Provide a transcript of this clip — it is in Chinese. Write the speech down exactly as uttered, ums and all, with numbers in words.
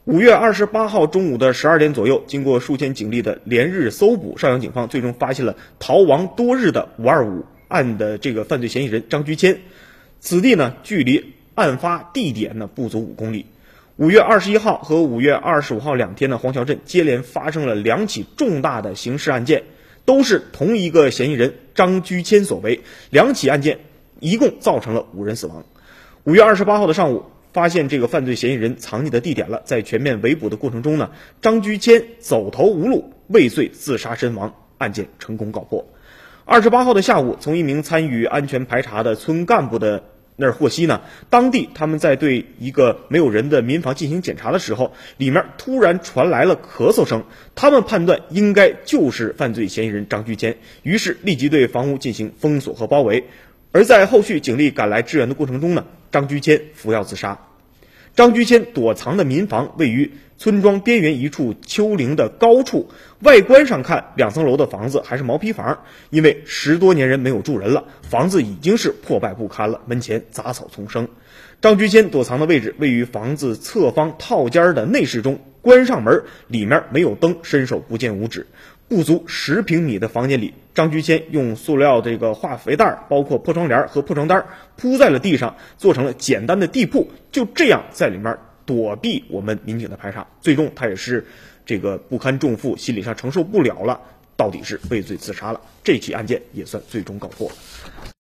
五月二十八号中午的十二点左右，经过数千警力的连日搜捕，邵阳警方最终发现了逃亡多日的五二五案的这个犯罪嫌疑人张居谦。此地呢，距离案发地点呢不足五公里。五月二十一号和五月二十五号两天呢，黄桥镇接连发生了两起重大的刑事案件，都是同一个嫌疑人张居谦所为。两起案件一共造成了五人死亡。五月二十八号的上午，发现这个犯罪嫌疑人藏匿的地点了，在全面围捕的过程中呢，张居谦走投无路，未遂自杀身亡，案件成功告破。二十八号的下午，从一名参与安全排查的村干部的那儿获悉呢，当地他们在对一个没有人的民房进行检查的时候，里面突然传来了咳嗽声，他们判断应该就是犯罪嫌疑人张居谦，于是立即对房屋进行封锁和包围。而在后续警力赶来支援的过程中呢，张居谦服药自杀。张居谦躲藏的民房位于村庄边缘一处丘陵的高处，外观上看两层楼的房子还是毛坯房，因为十多年人没有住人了，房子已经是破败不堪了，门前杂草丛生。张居谦躲藏的位置位于房子侧方套间的内室中，关上门，里面没有灯，伸手不见五指。不足十平米的房间里，张居谦用塑料这个化肥袋，包括破窗帘和破床单铺在了地上，做成了简单的地铺，就这样在里面躲避我们民警的排查。最终他也是这个不堪重负，心理上承受不了了，到底是畏罪自杀了。这起案件也算最终告破。